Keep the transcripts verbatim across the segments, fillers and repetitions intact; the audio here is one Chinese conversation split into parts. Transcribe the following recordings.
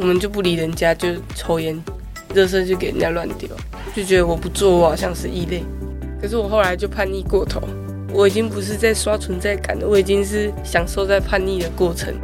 们就不理人家，就抽烟，垃圾就给人家乱丢，就觉得我不做我好像是异类。可是我后来就叛逆过头，我已经不是在刷存在感了，我已经是享受在叛逆的过程。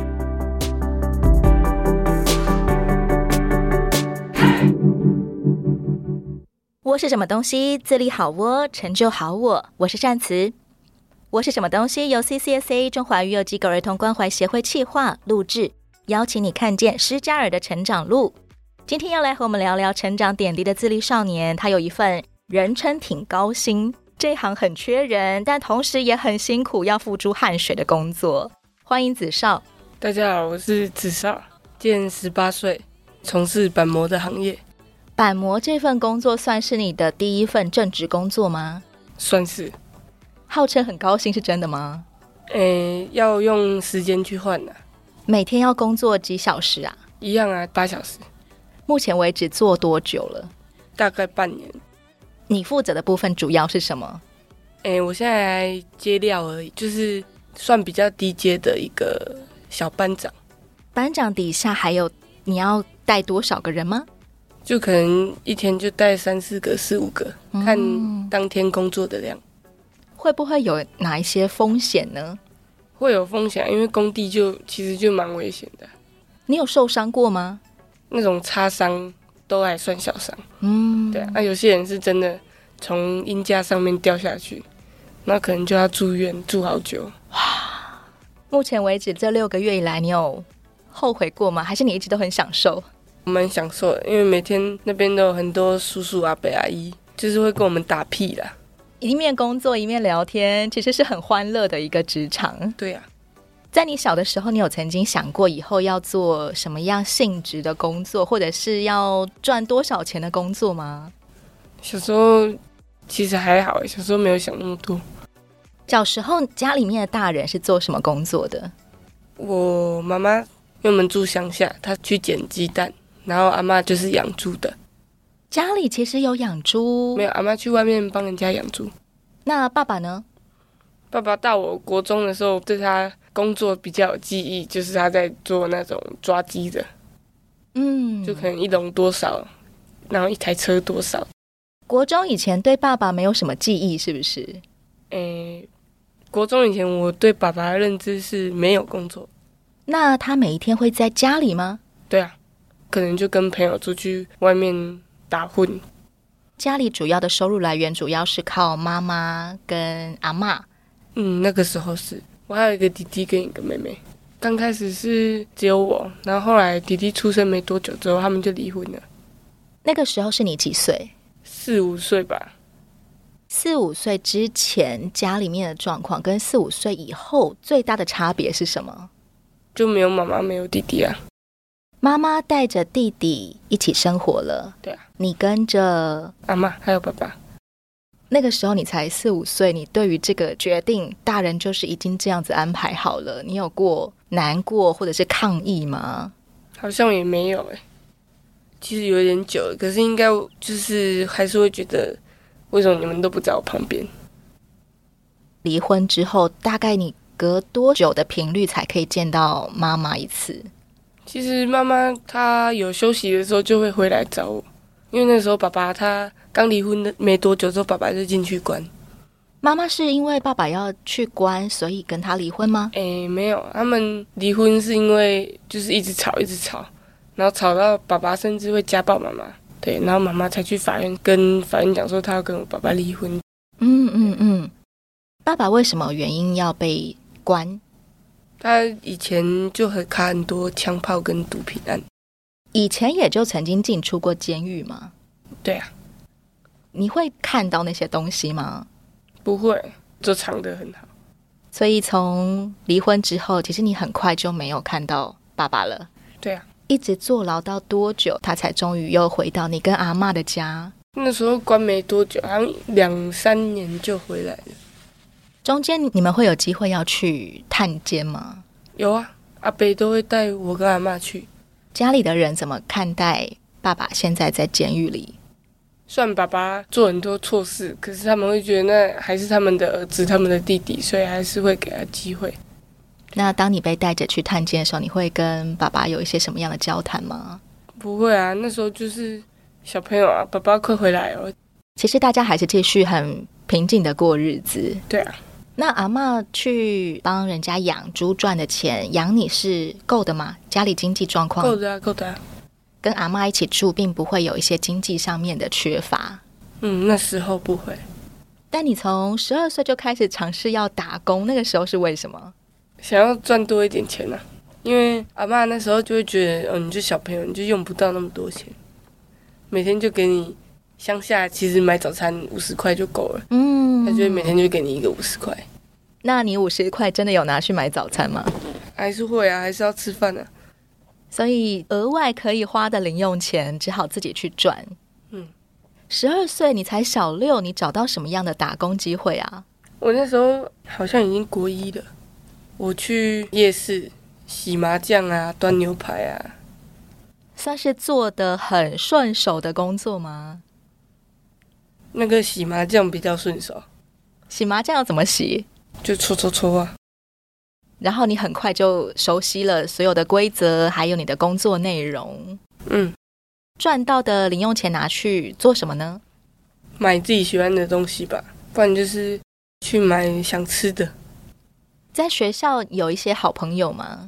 窝是什么东西？自立好窝，成就好我。我是善慈。窝是什么东西？由 C C S A 中华育幼机构儿童关怀协会企划录制，邀请你看见施加尔的成长路。今天要来和我们聊聊成长点滴的自立少年，他有一份人称挺高薪，这一行很缺人，但同时也很辛苦，要付诸汗水的工作。欢迎子少。 大家好，我是子少，今年十八岁，从事板模的行业。 板模这份工作算是你的第一份正职工作吗？ 算是。 号称很高兴是真的吗？ 诶，要用时间去换啊。 每天要工作几小时啊？ 一样啊，八小时。 目前为止做多久了？ 大概半年。 你负责的部分主要是什么？ 诶，我现在还接料而已，就是算比较低阶的一个小班长。 班长底下还有你要带多少个人吗？ 就可能一天就带三四个、四五个，嗯、看当天工作的量。 会不会有哪一些风险呢？ 会有风险，因为工地就其实就蛮危险的。 你有受伤过吗？ 那种擦伤都还算小伤。 嗯， 对啊，那有些人是真的从鹰架上面掉下去，那可能就要住院住好久。 哇！目前为止这六个月以来，你有后悔过吗？还是你一直都很享受？ 我蛮享受的，因为每天那边都有很多叔叔阿伯阿姨，就是会跟我们打屁啦。 一面工作一面聊天，其实是很欢乐的一个职场。 对啊。 在你小的时候，你有曾经想过以后要做什么样性质的工作，或者是要赚多少钱的工作吗？ 小时候其实还好，小时候没有想那么多。 小时候家里面的大人是做什么工作的？ 我妈妈因为我们住乡下，她去捡鸡蛋，然后阿嬷就是养猪的。 家里其实有养猪？ 没有，阿嬷去外面帮人家养猪。 那爸爸呢？ 爸爸到我国中的时候，对他工作比较有记忆，就是他在做那种抓鸡的。嗯，就可能一笼多少，然后一台车多少。 国中以前对爸爸没有什么记忆，是不是？ 诶，国中以前我对爸爸的认知是没有工作。 那他每一天会在家里吗？ 对啊，可能就跟朋友出去外面打混。 家里主要的收入来源主要是靠妈妈跟阿嬷。 嗯，那个时候是我还有一个弟弟跟一个妹妹。刚开始是只有我，然后后来弟弟出生没多久之后，他们就离婚了。 那个时候是你几岁？ 四五岁吧。 四五岁之前家里面的状况跟四五岁以后最大的差别是什么？ 就没有妈妈，没有弟弟啊。 妈妈带着弟弟一起生活了。 对啊。 你跟着阿嬷还有爸爸。 那个时候你才四五岁，你对于这个决定，大人就是已经这样子安排好了，你有过难过或者是抗议吗？ 好像也没有诶、欸，其实有点久了，可是应该就是还是会觉得，为什么你们都不在我旁边？ 离婚之后，大概你隔多久的频率才可以见到妈妈一次？ 其实妈妈她有休息的时候就会回来找我，因为那时候爸爸他刚离婚的没多久之后，爸爸就进去关。 妈妈是因为爸爸要去关，所以跟他离婚吗？ 诶，没有，他们离婚是因为就是一直吵一直吵，然后吵到爸爸甚至会家暴妈妈。对，然后妈妈才去法院跟法院讲说他要跟我爸爸离婚。 嗯嗯嗯。爸爸为什么原因要被关？ 他以前就很卡很多枪炮跟毒品案。 以前也就曾经进出过监狱吗？ 对啊。 你会看到那些东西吗？ 不会，就藏得很好。 所以从离婚之后，其实你很快就没有看到爸爸了。 对啊。 一直坐牢到多久，他才终于又回到你跟阿嬷的家？ 那时候关没多久，好像两三年就回来了。 中间你们会有机会要去探监吗？ 有啊，阿伯都会带我跟阿嬷去。 家里的人怎么看待爸爸现在在监狱里？ 虽然爸爸做很多错事，可是他们会觉得那还是他们的儿子，他们的弟弟，所以还是会给他机会。 那当你被带着去探监的时候，你会跟爸爸有一些什么样的交谈吗？ 不会啊，那时候就是小朋友啊，爸爸快回来了。 其实大家还是继续很平静的过日子。 对啊。 那阿嬷去帮人家养猪赚的钱养你是够的吗？家里经济状况够的啊，够的啊。 跟阿嬷一起住并不会有一些经济上面的缺乏。 嗯，那时候不会。 但你从十二岁就开始尝试要打工，那个时候是为什么？ 想要赚多一点钱啊，因为阿嬷那时候就会觉得，哦，你就小朋友，你就用不到那么多钱，每天就给你乡下，其实买早餐五十块就够了。嗯，他就会每天就给你一个五十块。 那你五十块真的有拿去买早餐吗？ 还是会啊，还是要吃饭啊。 所以额外可以花的零用钱，只好自己去赚。嗯，十二岁你才小六，你找到什么样的打工机会啊？ 我那时候好像已经国一了，我去夜市洗麻将啊，端牛排啊， 算是做得很顺手的工作吗？ 那个洗麻将比较顺手。 洗麻将要怎么洗？ 就搓搓搓啊。 然后你很快就熟悉了所有的规则，还有你的工作内容。嗯，赚到的零用钱拿去做什么呢？ 买自己喜欢的东西吧，不然就是去买想吃的。 在学校有一些好朋友吗？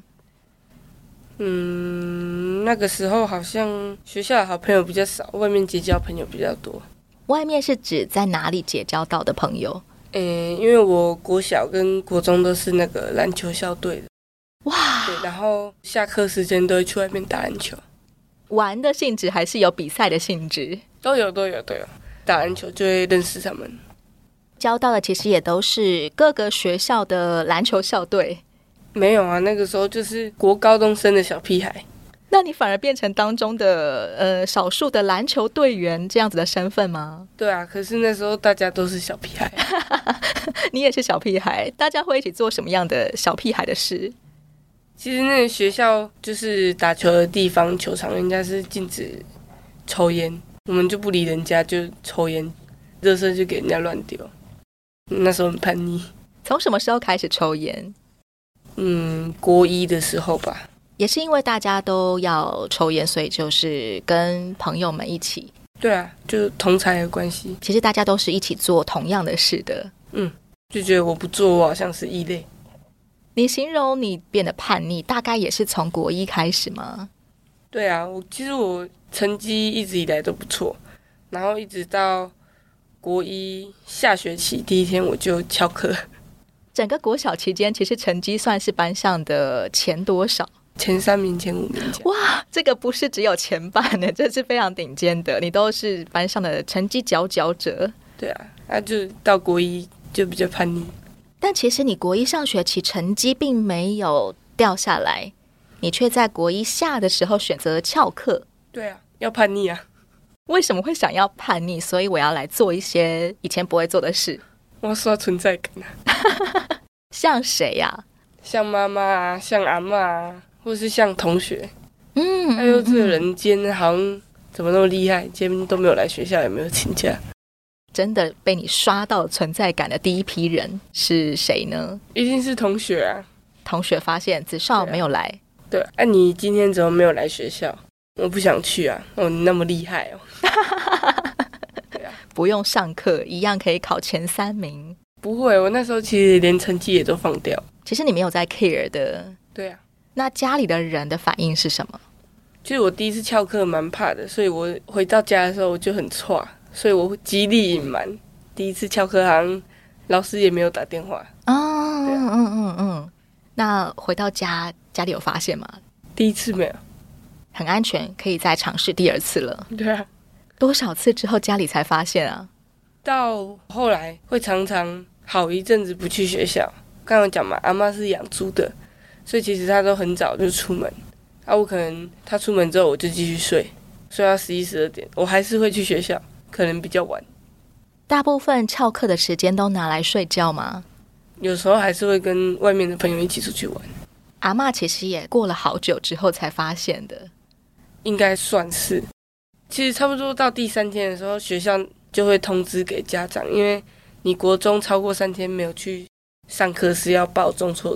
嗯，那个时候好像学校的好朋友比较少，外面结交朋友比较多。 外面是指在哪里结交到的朋友？ 嗯，因为我国小跟国中都是那个篮球校队的。哇！对，然后下课时间都会去外面打篮球。 玩的性质还是有比赛的性质？ 都有都有都有。打篮球就会认识他们。 交到的其实也都是各个学校的篮球校队。 没有啊，那个时候就是国高中生的小屁孩。 那你反而变成当中的呃少数的篮球队员这样子的身份吗？ 对啊，可是那时候大家都是小屁孩。 你也是小屁孩，大家会一起做什么样的小屁孩的事？ 其实那个学校就是打球的地方，球场人家是禁止抽烟，我们就不理人家，就抽烟，垃圾就给人家乱丢。那时候很叛逆。 从什么时候开始抽烟？ 嗯，国一的时候吧。 也是因为大家都要抽烟，所以就是跟朋友们一起。 对啊，就同侪的关系。 其实大家都是一起做同样的事的。 嗯，就觉得我不做，我好像是异类。 你形容你变得叛逆，大概也是从国一开始吗？ 对啊，我其实我成绩一直以来都不错，然后一直到国一下学期第一天我就翘课。 整个国小期间，其实成绩算是班上的前多少？ 前三名、前五名。 哇，这个不是只有前半的，这是非常顶尖的，你都是班上的成绩佼佼者。 对啊，那、啊、就到国一就比较叛逆。 但其实你国一上学期成绩并没有掉下来，你却在国一下的时候选择翘课。 对啊，要叛逆啊。 为什么会想要叛逆？所以我要来做一些以前不会做的事。 我要刷存在感啊。 像谁呀、啊？ 像妈妈啊，像阿嬷啊，或是像同学。嗯，还有这个人今天好像怎么那么厉害，今天都没有来学校，也没有请假。 真的被你刷到存在感的第一批人是谁呢？ 一定是同学啊。 同学发现子少没有来。 对啊，啊你今天怎么没有来学校？我不想去啊。哦，你那么厉害哦。对啊， 不用上课一样可以考前三名。 不会，我那时候其实连成绩也都放掉。 其实你没有在 care 的。 对啊。 那家里的人的反应是什么？ 其实我第一次翘课蛮怕的，所以我回到家的时候我就很挫，所以我极力隐瞒。第一次翘课好像老师也没有打电话。哦， 对啊、嗯嗯嗯。那回到家，家里有发现吗？ 第一次没有。 很安全，可以再尝试第二次了。 对啊。 多少次之后家里才发现啊？ 到后来会常常好一阵子不去学校。刚刚讲嘛，阿嬷是养猪的，所以其实她都很早就出门。啊，我可能她出门之后我就继续睡，睡到十一十二点，我还是会去学校，可能比较晚。 大部分翘课的时间都拿来睡觉吗？ 有时候还是会跟外面的朋友一起出去玩。 阿嬷其实也过了好久之后才发现的。 应该算是。其实差不多到第三天的时候，学校就会通知给家长，因为你国中超过三天没有去上课是要报中辍生，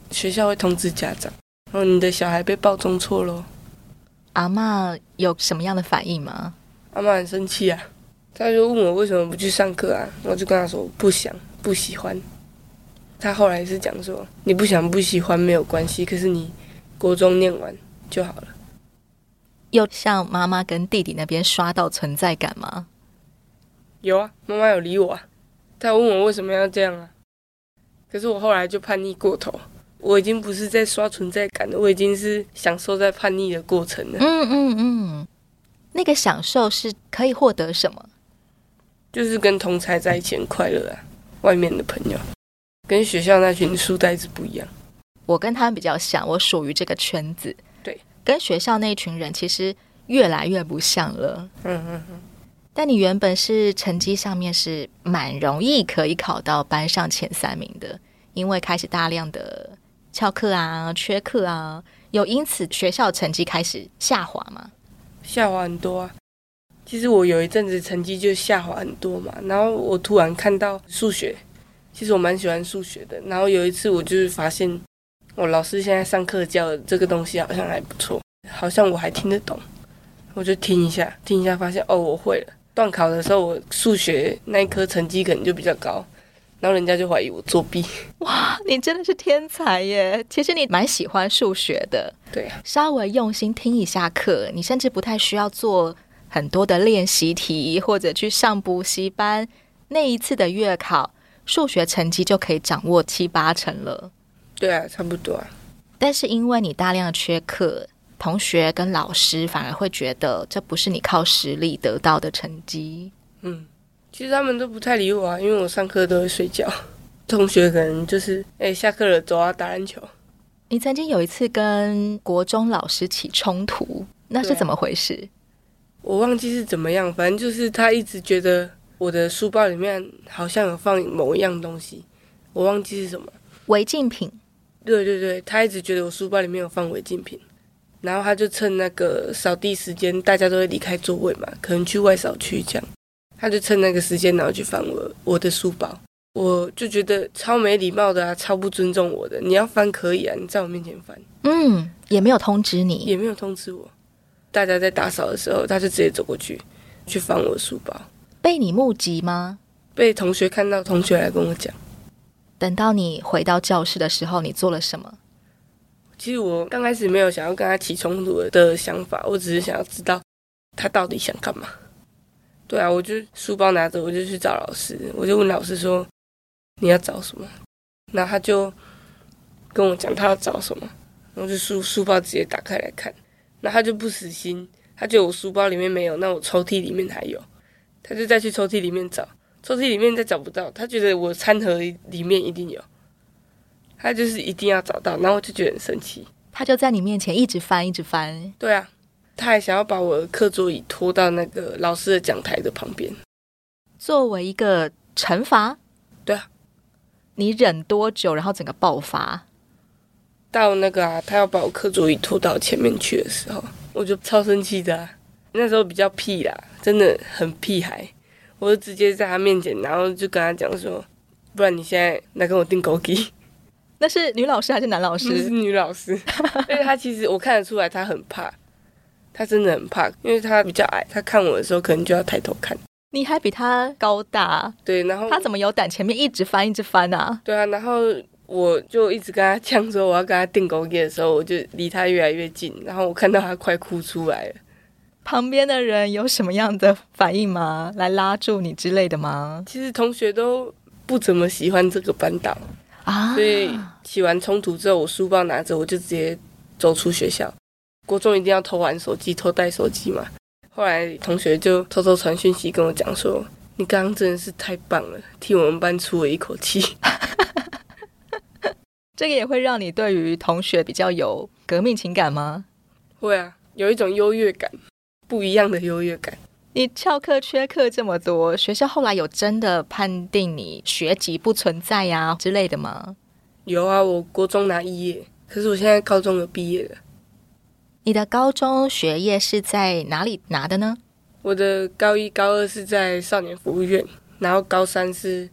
学校会通知家长，然后你的小孩被报中错咯。 阿嬷有什么样的反应吗？ 阿嬷很生气啊，她就问我为什么不去上课啊，我就跟她说不想不喜欢。她后来是讲说你不想不喜欢没有关系，可是你国中念完就好了。 有像妈妈跟弟弟那边刷到存在感吗？ 有啊，妈妈有理我啊，她问我为什么要这样啊，可是我后来就叛逆过头，我已经不是在刷存在感了，我已经是享受在叛逆的过程了。 嗯嗯嗯，那个享受是可以获得什么？ 就是跟同侪在一起很快乐啊，外面的朋友跟学校那群书呆子不一样。 我跟他们比较像，我属于这个圈子， 对， 跟学校那群人其实越来越不像了。 嗯嗯嗯。 但你原本是成绩上面是蛮容易可以考到班上前三名的，因为开始大量的翘课啊、缺课啊，有因此学校成绩开始下滑吗？ 下滑很多啊。其实我有一阵子成绩就下滑很多嘛，然后我突然看到数学，其实我蛮喜欢数学的，然后有一次我就是发现我老师现在上课教的这个东西好像还不错，好像我还听得懂，我就听一下听一下发现哦我会了。段考的时候我数学那一科成绩可能就比较高，然后人家就怀疑我作弊。 哇，你真的是天才耶！其实你蛮喜欢数学的， 对啊， 稍微用心听一下课，你甚至不太需要做很多的练习题或者去上补习班，那一次的月考数学成绩就可以掌握七八成了。 对啊，差不多啊。 但是因为你大量的缺课，同学跟老师反而会觉得这不是你靠实力得到的成绩。 嗯，其实他们都不太理我啊，因为我上课都会睡觉。同学可能就是哎、欸，下课了走啊打篮球。 你曾经有一次跟国中老师起冲突，那是怎么回事？啊、 我忘记是怎么样，反正就是他一直觉得我的书包里面好像有放某一样东西，我忘记是什么。 违禁品。 对对对，他一直觉得我书包里面有放违禁品，然后他就趁那个扫地时间，大家都会离开座位嘛，可能去外扫区这样，他就趁那个时间然后去翻我我的书包。我就觉得超没礼貌的啊，超不尊重我的。你要翻可以啊，你在我面前翻。 嗯，也没有通知你， 也没有通知我。大家在打扫的时候，他就直接走过去，去翻我的书包。 被你目击吗？ 被同学看到，同学来跟我讲。 等到你回到教室的时候，你做了什么？ 其实我刚开始没有想要跟他起冲突的想法，我只是想要知道他到底想干嘛。对啊，我就书包拿着，我就去找老师，我就问老师说你要找什么，然后他就跟我讲他要找什么，然后就书书包直接打开来看，然后他就不死心，他觉得我书包里面没有，那我抽屉里面还有，他就再去抽屉里面找，抽屉里面再找不到，他觉得我餐盒里面一定有，他就是一定要找到，然后我就觉得很生气。 他就在你面前一直翻一直翻。 对啊，他还想要把我的课桌椅拖到那个老师的讲台的旁边， 作为一个惩罚。 对啊， 你忍多久然后整个爆发？ 到那个啊，他要把我课桌椅拖到前面去的时候，我就超生气的啊。那时候比较屁啦，真的很屁孩，我就直接在他面前，然后就跟他讲说，不然你现在来跟我订枸杞。 那是女老师还是男老师？ 是女老师。因为他其实我看得出来他很怕，他真的很怕，因为他比较矮，他看我的时候可能就要抬头看。 你还比他高大。 对，然后他怎么有胆前面一直翻一直翻啊？ 对啊，然后我就一直跟他讲说我要跟他订枸杞的时候，我就离他越来越近，然后我看到他快哭出来了。 旁边的人有什么样的反应吗？来拉住你之类的吗？ 其实同学都不怎么喜欢这个班导啊，所以起完冲突之后，我书包拿着我就直接走出学校。国中一定要偷玩手机，偷带手机嘛。后来同学就偷偷传讯息跟我讲说，你刚刚真的是太棒了，替我们班出了一口气。 这个也会让你对于同学比较有革命情感吗？ 会啊，有一种优越感，不一样的优越感。 你翘课缺课这么多，学校后来有真的判定你学籍不存在呀、啊、之类的吗？ 有啊，我国中拿一业，可是我现在高中有毕业了。 你的高中学业是在哪里拿的呢？ 我的高一高二是在少年服务院，然后高三是后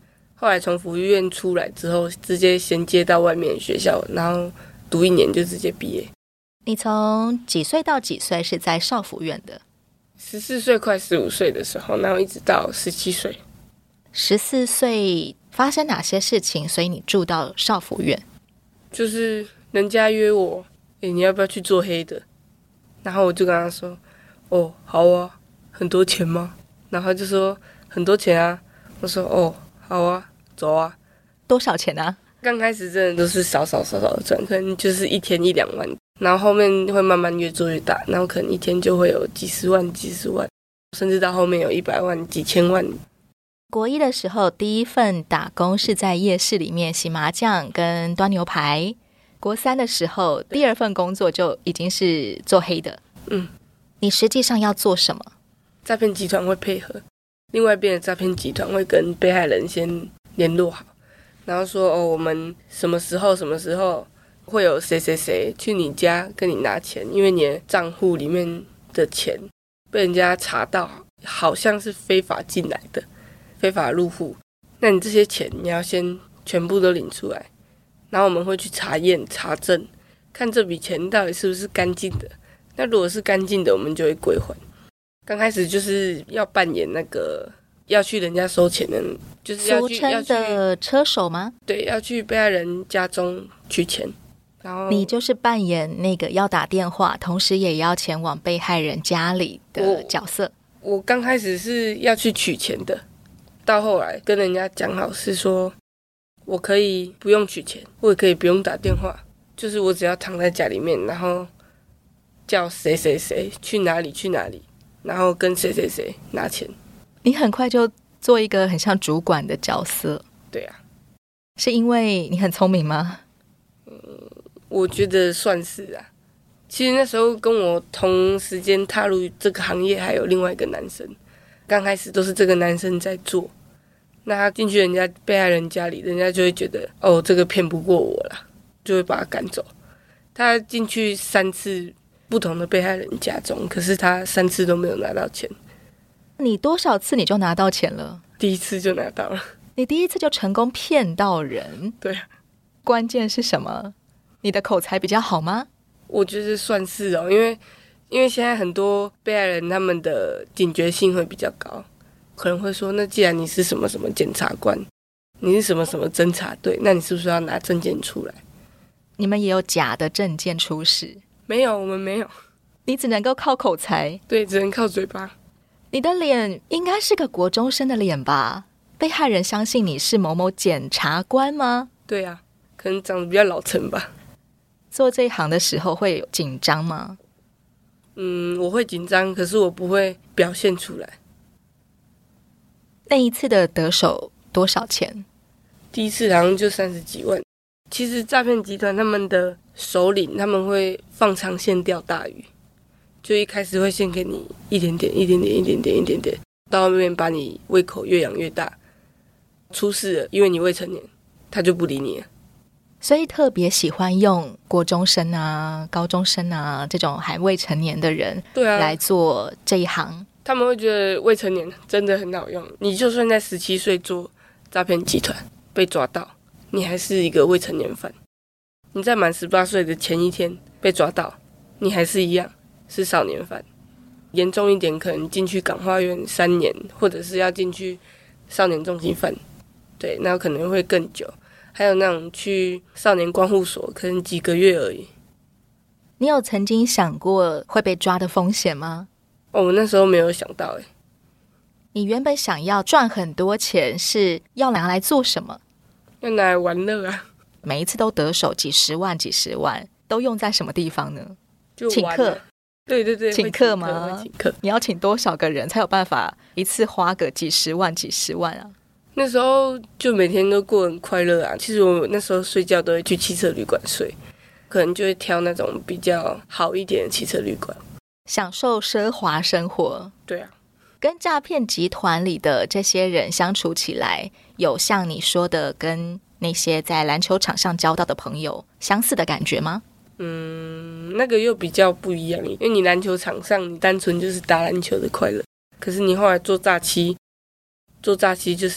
后来从福利院出来之后，直接衔接到外面的学校，然后读一年就直接毕业。 你从几岁到几岁是在少辅院的？ 十四岁快十五岁的时候，然后一直到十七岁。 十四岁发生哪些事情，所以你住到少辅院？ 就是人家约我，诶，你要不要去做黑的？然后我就跟他说，哦，好啊，很多钱吗？然后他就说很多钱啊。我说哦，好啊，走啊。 多少钱啊？刚开始真的都是少少少少的赚，可能就是一天一两万，然后后面会慢慢越做越大，然后可能一天就会有几十万、几十万，甚至到后面有一百万、几千万。 国一的时候，第一份打工是在夜市里面洗麻将跟端牛排。国三的时候，第二份工作就已经是做黑的。 嗯， 你实际上要做什么？ 诈骗集团会配合，另外一边的诈骗集团会跟被害人先联络好。然后说哦，我们什么时候什么时候会有谁谁谁去你家跟你拿钱，因为你的账户里面的钱被人家查到，好像是非法进来的，非法入户。那你这些钱你要先全部都领出来，然后我们会去查验查证，看这笔钱到底是不是干净的。那如果是干净的，我们就会归还。刚开始就是要扮演那个要去人家收钱的，就是要去俗称的车手吗？ 对，要去被害人家中取钱。然后你就是扮演那个要打电话，同时也要前往被害人家里的角色。 我, 我刚开始是要去取钱的，到后来跟人家讲好是说，我可以不用取钱，我也可以不用打电话，就是我只要躺在家里面，然后叫谁谁谁去哪里去哪里，然后跟谁谁谁拿钱。 你很快就做一个很像主管的角色。 对啊。 是因为你很聪明吗？ 嗯，我觉得算是啊。其实那时候跟我同时间踏入这个行业还有另外一个男生，刚开始都是这个男生在做，那他进去人家被害人家里，人家就会觉得哦，这个骗不过我啦，就会把他赶走。他进去三次不同的被害人家中，可是他三次都没有拿到钱。 你多少次你就拿到钱了？ 第一次就拿到了。 你第一次就成功骗到人？ 对啊。 关键是什么？你的口才比较好吗？ 我觉得算是哦，因为因为现在很多被害人他们的警觉性会比较高，可能会说，那既然你是什么什么检察官，你是什么什么侦查队，那你是不是要拿证件出来？ 你们也有假的证件出示？ 没有，我们没有。 你只能够靠口才？ 对，只能靠嘴巴。 你的脸应该是个国中生的脸吧？被害人相信你是某某检察官吗？ 对啊，可能长得比较老成吧。 做这一行的时候会有紧张吗？ 嗯，我会紧张，可是我不会表现出来。 那一次的得手多少钱？ 第一次好像就三十几万。其实诈骗集团他们的首领他们会放长线钓大鱼，就一开始会先给你一点点一点点一点点一点点，到后面把你胃口越养越大，出事了，因为你未成年，他就不理你了。 所以特别喜欢用国中生啊、高中生啊这种还未成年的人，对啊，来做这一行。 他们会觉得未成年真的很好用，你就算在十七岁做诈骗集团被抓到，你还是一个未成年犯。你在满十八岁的前一天被抓到，你还是一样是少年犯。严重一点，可能进去感化院三年，或者是要进去少年重刑犯，对，那可能会更久。还有那种去少年观护所，可能几个月而已。 你有曾经想过会被抓的风险吗？ 哦，我那时候没有想到耶。 你原本想要赚很多钱，是要拿来做什么？ 要拿来玩乐啊。 每一次都得手几十万几十万，都用在什么地方呢？ 就请客。 对对对， 请客吗？ 请客。 你要请多少个人才有办法一次花个几十万几十万啊？ 那时候就每天都过很快乐啊。其实我那时候睡觉都会去汽车旅馆睡，可能就会挑那种比较好一点的汽车旅馆， 享受奢华生活。 对啊。 跟诈骗集团里的这些人相处起来，有像你说的跟那些在篮球场上交到的朋友相似的感觉吗？ 嗯，那个又比较不一样，因为你篮球场上你单纯就是打篮球的快乐，可是你后来做诈欺，做诈欺就是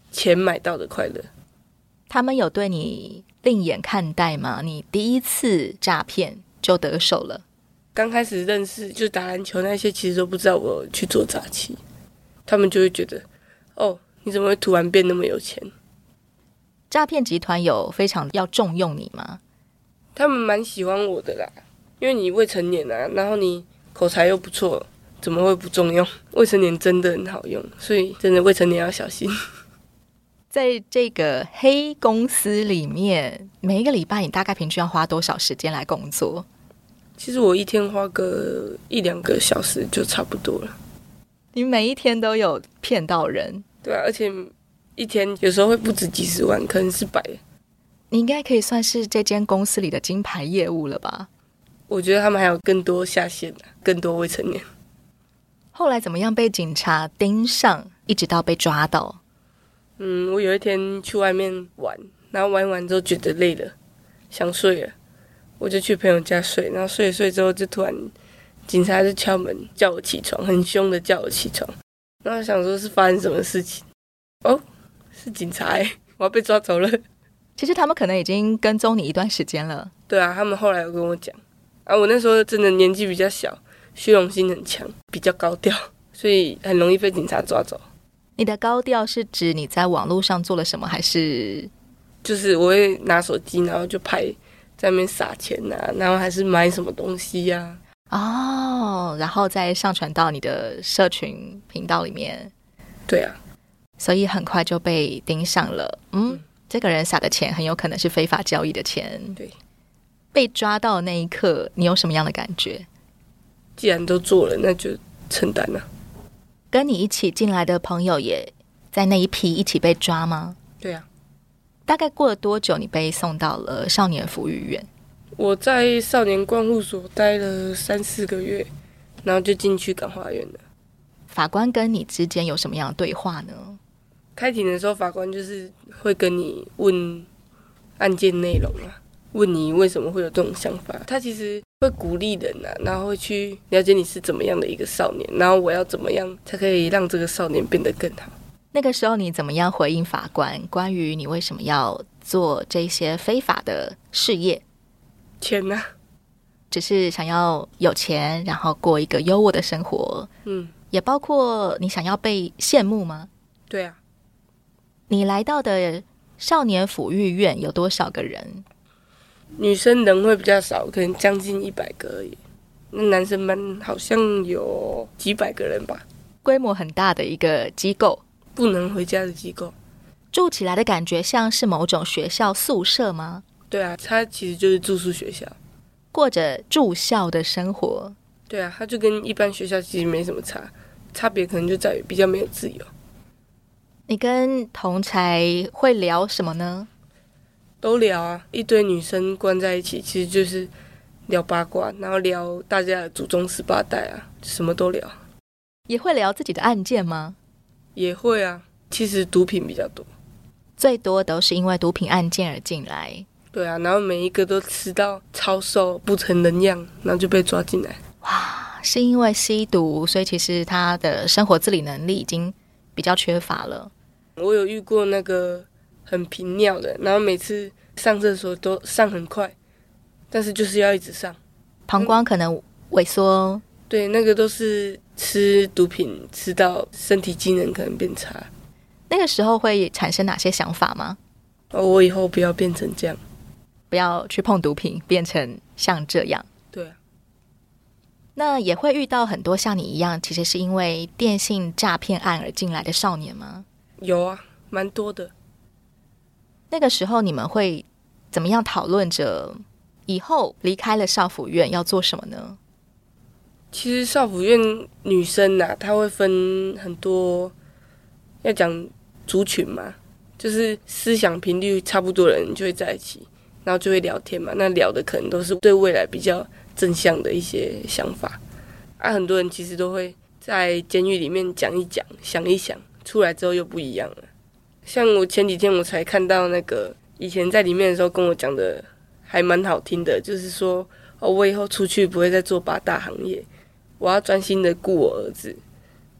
钱买到的快乐。 他们有对你另眼看待吗？你第一次诈骗就得手了？ 刚开始认识就打篮球那些，其实都不知道我去做诈欺，他们就会觉得，哦，你怎么会突然变那么有钱？ 诈骗集团有非常要重用你吗？ 他们蛮喜欢我的啦，因为你未成年啊，然后你口才又不错，怎么会不重用？未成年真的很好用，所以真的未成年要小心。 在这个黑公司里面，每一个礼拜你大概平均要花多少时间来工作？ 其实我一天花个一两个小时就差不多了。 你每一天都有骗到人？ 对啊，而且一天有时候会不止几十万，可能是百。 你应该可以算是这间公司里的金牌业务了吧？ 我觉得他们还有更多下线的，更多未成年。 后来怎么样被警察盯上，一直到被抓到？ 嗯，我有一天去外面玩，然后玩完之后觉得累了，想睡了，我就去朋友家睡，然后睡一睡之后，就突然警察就敲门叫我起床，很凶的叫我起床，然后想说是发生什么事情，哦，是警察耶，我要被抓走了。 其实他们可能已经跟踪你一段时间了。 对啊，他们后来有跟我讲啊，我那时候真的年纪比较小，虚荣心很强，比较高调，所以很容易被警察抓走。 你的高调是指你在网络上做了什么，还是就是我会拿手机，然后就拍在那边撒钱啊，然后还是买什么东西呀、 啊？哦，然后再上传到你的社群频道里面。 对啊， 所以很快就被盯上了。嗯，嗯这个人撒的钱很有可能是非法交易的钱。 对， 被抓到的那一刻，你有什么样的感觉？ 既然都做了，那就承担了。 跟你一起进来的朋友也在那一批一起被抓吗？ 对啊。 大概过了多久，你被送到了少年福育院？ 我在少年观护所待了三四个月，然后就进去感化院了。 法官跟你之间有什么样的对话呢？ 开庭的时候，法官就是会跟你问案件内容啊，问你为什么会有这种想法。他其实会鼓励人啊，然后会去了解你是怎么样的一个少年，然后我要怎么样才可以让这个少年变得更好。 那个时候你怎么样回应法官关于你为什么要做这些非法的事业？ 钱啊， 只是想要有钱，然后过一个优渥的生活。 嗯， 也包括你想要被羡慕吗？ 对啊。 你来到的少年抚育院有多少个人？ 女生人会比较少，可能将近一百个而已。那男生班好像有几百个人吧。 规模很大的一个机构， 不能回家的机构。 住起来的感觉像是某种学校宿舍吗？ 对啊，它其实就是住宿学校， 过着住校的生活。 对啊，它就跟一般学校其实没什么差，差别可能就在于比较没有自由。 你跟同侪会聊什么呢？ 都聊啊，一堆女生关在一起，其实就是聊八卦，然后聊大家的祖宗十八代啊，什么都聊。 也会聊自己的案件吗？ 也会啊，其实毒品比较多， 最多都是因为毒品案件而进来。 对啊，然后每一个都吃到超瘦不成人样，然后就被抓进来。 哇，是因为吸毒，所以其实他的生活自理能力已经比较缺乏了。 我有遇过那个很频尿的，然后每次上厕所都上很快，但是就是要一直上， 膀胱可能萎缩。嗯、 对，那个都是吃毒品吃到身体机能可能变差。 那个时候会产生哪些想法吗？ 哦，我以后不要变成这样， 不要去碰毒品，变成像这样。 对啊。 那也会遇到很多像你一样，其实是因为电信诈骗案而进来的少年吗？ 有啊，蛮多的。 那个时候你们会怎么样讨论着以后离开了少辅院要做什么呢？ 其实少辅院女生啊，她会分很多，要讲族群嘛，就是思想频率差不多的人就会在一起，然后就会聊天嘛。那聊的可能都是对未来比较正向的一些想法啊。很多人其实都会在监狱里面讲一讲，想一想，出来之后又不一样了。像我前几天我才看到那个以前在里面的时候跟我讲的还蛮好听的，就是说哦，我以后出去不会再做八大行业，我要专心的顾我儿子。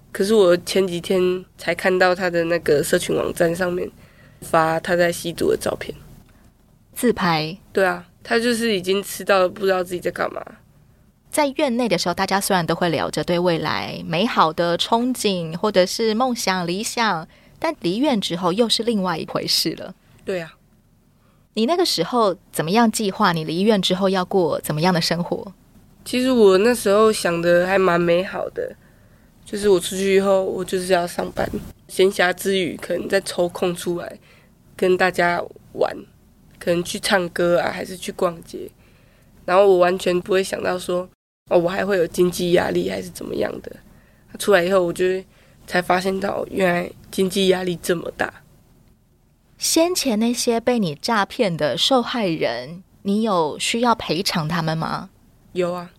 可是我前几天才看到他的那个社群网站上面发他在吸毒的照片， 自拍。 对啊，他就是已经吃到了，不知道自己在干嘛。 在院内的时候，大家虽然都会聊着对未来美好的憧憬或者是梦想理想，但离院之后又是另外一回事了。 对啊， 你那个时候怎么样计划你离院之后要过怎么样的生活？ 其实我那时候想的还蛮美好的，就是我出去以后我就是要上班，闲暇之余可能再抽空出来跟大家玩，可能去唱歌啊，还是去逛街。然后我完全不会想到说哦，我还会有经济压力还是怎么样的。出来以后我就才发现到原来经济压力这么大。 先前那些被你诈骗的受害人，你有需要赔偿他们吗？ 有啊。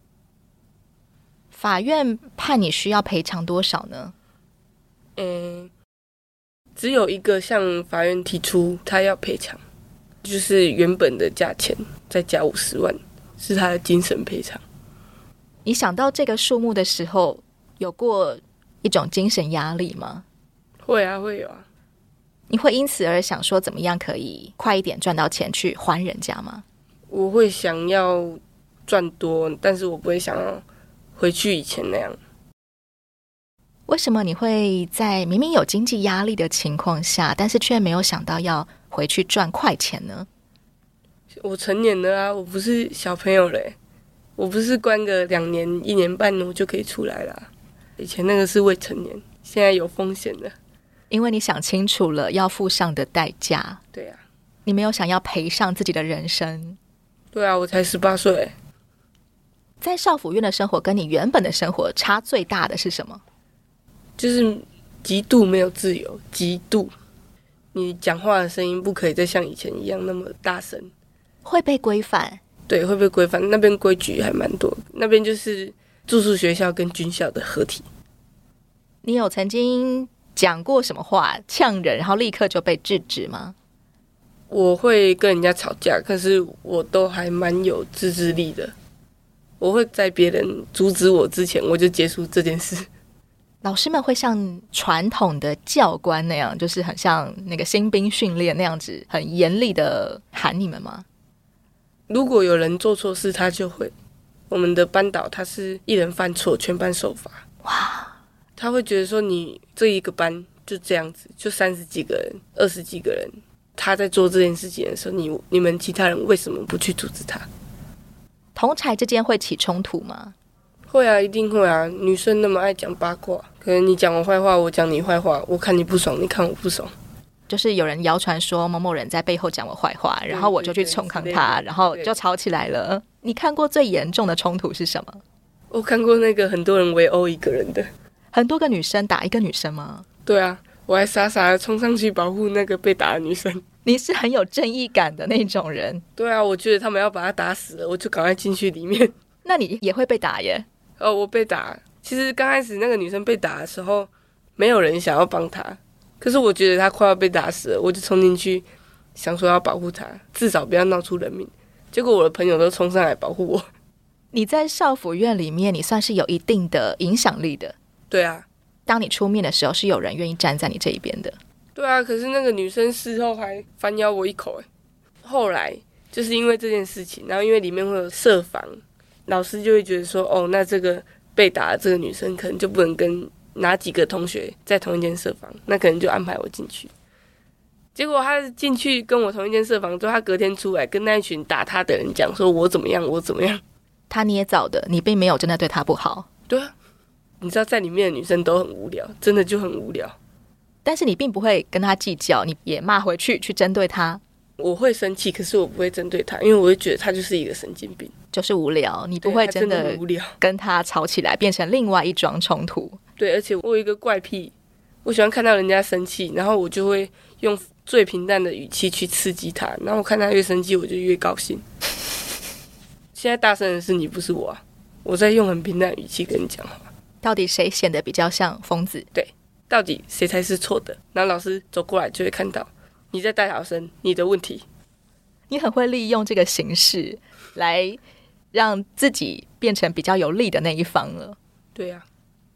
法院判你需要赔偿多少呢？ 嗯，只有一个向法院提出他要赔偿，就是原本的价钱再加五十万，是他的精神赔偿。 你想到这个数目的时候，有过一种精神压力吗？ 会啊，会有啊。 你会因此而想说怎么样可以快一点赚到钱去还人家吗？ 我会想要赚多，但是我不会想要回去以前那样。 为什么你会在明明有经济压力的情况下，但是却没有想到要回去赚快钱呢？ 我成年了啊，我不是小朋友了耶，我不是关个两年一年半我就可以出来啦。以前那个是未成年，现在有风险了。 因为你想清楚了要付上的代价。 对啊。 你没有想要赔上自己的人生。 对啊，我才十八岁。 在少府院的生活跟你原本的生活差最大的是什么？ 就是极度没有自由，极度。你讲话的声音不可以再像以前一样那么大声， 会被规范。 对，会被规范。那边规矩还蛮多，那边就是住宿学校跟军校的合体。 你有曾经讲过什么话呛人，然后立刻就被制止吗？ 我会跟人家吵架，可是我都还蛮有自制力的。我会在别人阻止我之前，我就结束这件事。 老师们会像传统的教官那样，就是很像那个新兵训练那样子，很严厉的喊你们吗？ 如果有人做错事，他就会。我们的班导他是一人犯错，全班受罚。 哇！ 他会觉得说，你这一个班就这样子，就三十几个人、二十几个人，他在做这件事情的时候，你你们其他人为什么不去阻止他？ 同侪之间会起冲突吗？ 会啊，一定会啊。女生那么爱讲八卦，可能你讲我坏话，我讲你坏话，我看你不爽，你看我不爽。 就是有人谣传说某某人在背后讲我坏话，然后我就去冲抗他，然后就吵起来了。你看过最严重的冲突是什么？ 我看过那个很多人围殴一个人的。 很多个女生打一个女生吗？ 对啊，我还傻傻的冲上去保护那个被打的女生。 你是很有正义感的那种人。 对啊，我觉得他们要把他打死了，我就赶快进去里面。 那你也会被打耶？ 哦，我被打。其实刚开始那个女生被打的时候，没有人想要帮她，可是我觉得她快要被打死了，我就冲进去，想说要保护她，至少不要闹出人命。结果我的朋友都冲上来保护我。 你在少府院里面，你算是有一定的影响力的。 对啊。 当你出面的时候，是有人愿意站在你这一边的。 对啊，可是那个女生事后还反咬我一口。后来就是因为这件事情，然后因为里面会有舍房，老师就会觉得说，哦，那这个被打的这个女生可能就不能跟哪几个同学在同一间舍房，那可能就安排我进去。结果他进去跟我同一间舍房之后，他隔天出来跟那一群打他的人讲说我怎么样我怎么样。 他捏造的，你并没有真的对他不好。 对啊，你知道在里面的女生都很无聊，真的就很无聊。 但是你并不会跟他计较，你也骂回去去针对他。 我会生气，可是我不会针对他，因为我会觉得他就是一个神经病， 就是无聊，你不会真的跟他吵起来，变成另外一桩冲突。 对，而且我有一个怪癖，我喜欢看到人家生气，然后我就会用最平淡的语气去刺激他，然后我看他越生气，我就越高兴。现在大声的是你，不是我啊！我在用很平淡的语气跟你讲话。 到底谁显得比较像疯子？ 对，到底谁才是错的？然后老师走过来就会看到你在带小声，你的问题。 你很会利用这个形式来让自己变成比较有利的那一方了。 对啊。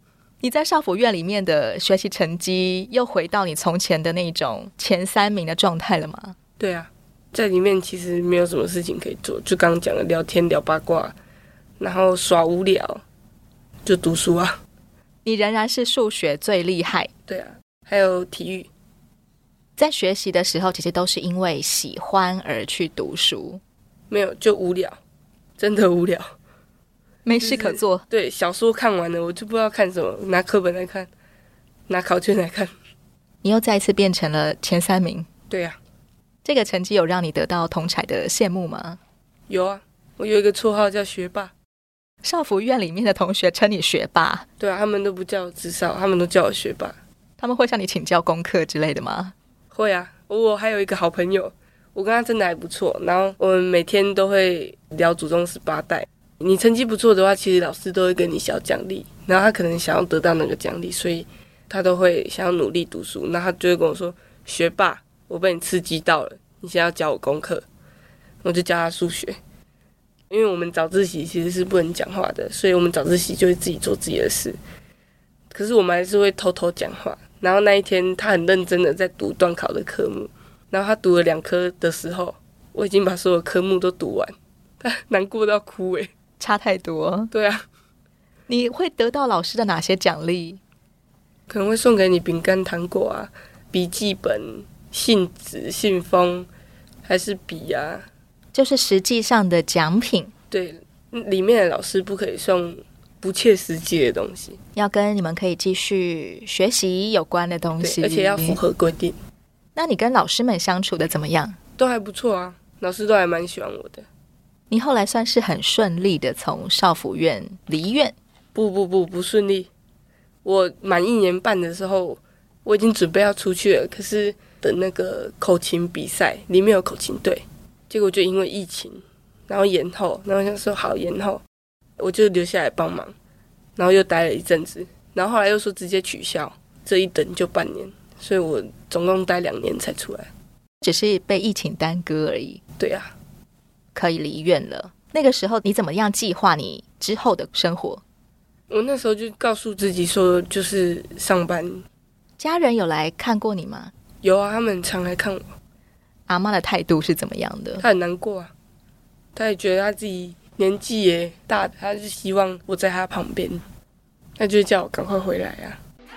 你在少辅院里面的学习成绩又回到你从前的那种前三名的状态了吗？ 对啊，在里面其实没有什么事情可以做，就刚刚讲的聊天聊八卦，然后耍无聊，就读书啊。 你仍然是数学最厉害。 对啊，还有体育。 在学习的时候其实都是因为喜欢而去读书？ 没有，就无聊，真的无聊， 没事可做、就是、 对，小说看完了我就不知道看什么，拿课本来看，拿考卷来看。 你又再一次变成了前三名。 对啊。 这个成绩有让你得到同侪的羡慕吗？ 有啊，我有一个绰号叫学霸。 少辅院里面的同学称你学霸？ 对啊，他们都不叫我职少，他们都叫我学霸。 他们会向你请教功课之类的吗？ 会啊，我还有一个好朋友，我跟他真的还不错，然后我们每天都会聊祖宗十八代。你成绩不错的话，其实老师都会给你小奖励，然后他可能想要得到那个奖励，所以他都会想要努力读书，那他就会跟我说，学霸，我被你刺激到了，你现在要教我功课。我就教他数学，因为我们早自习其实是不能讲话的，所以我们早自习就会自己做自己的事，可是我们还是会偷偷讲话。然后那一天他很认真的在读段考的科目，然后他读了两科的时候，我已经把所有科目都读完，他难过到哭耶。 差太多。 对啊。 你会得到老师的哪些奖励？ 可能会送给你饼干糖果啊，笔记本、信纸、信封，还是笔啊， 就是实际上的奖品。 对，里面的老师不可以送不切实际的东西， 要跟你们可以继续学习有关的东西， 而且要符合规定。 那你跟老师们相处的怎么样？ 都还不错啊，老师都还蛮喜欢我的。 你后来算是很顺利的从少辅院离院？ 不不不不顺利，我满一年半的时候，我已经准备要出去了，可是的那个口琴比赛里面有口琴队，结果就因为疫情，然后延后，然后想说好延后，我就留下来帮忙，然后又待了一阵子，然后后来又说直接取消，这一等就半年，所以我总共待两年才出来。 只是被疫情耽搁而已。 对啊。 可以离院了。那个时候你怎么样计划你之后的生活？ 我那时候就告诉自己说，就是上班。 家人有来看过你吗？ 有啊，他们常来看我。 阿嬷的态度是怎么样的？ 她很难过啊，她也觉得她自己年纪也大，她就希望我在她旁边，她就叫我赶快回来啊。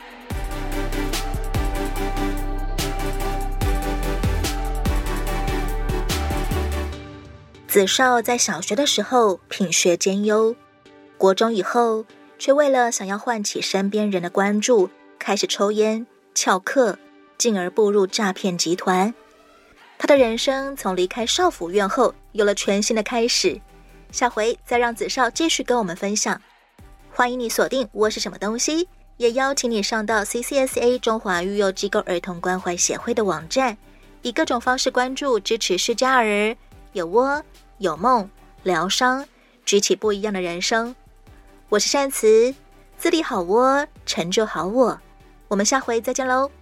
子少在小学的时候品学兼优，国中以后却为了想要唤起身边人的关注，开始抽烟、翘课，进而步入诈骗集团。他的人生从离开少辅院后有了全新的开始。下回再让子少继续跟我们分享。欢迎你锁定我是什么东西，也邀请你上到 C C S A 中华育幼机构儿童关怀协会的网站，以各种方式关注支持失家儿，有窝有梦，疗伤，举起不一样的人生。我是善慈，自立好窝，成就好我。我们下回再见喽。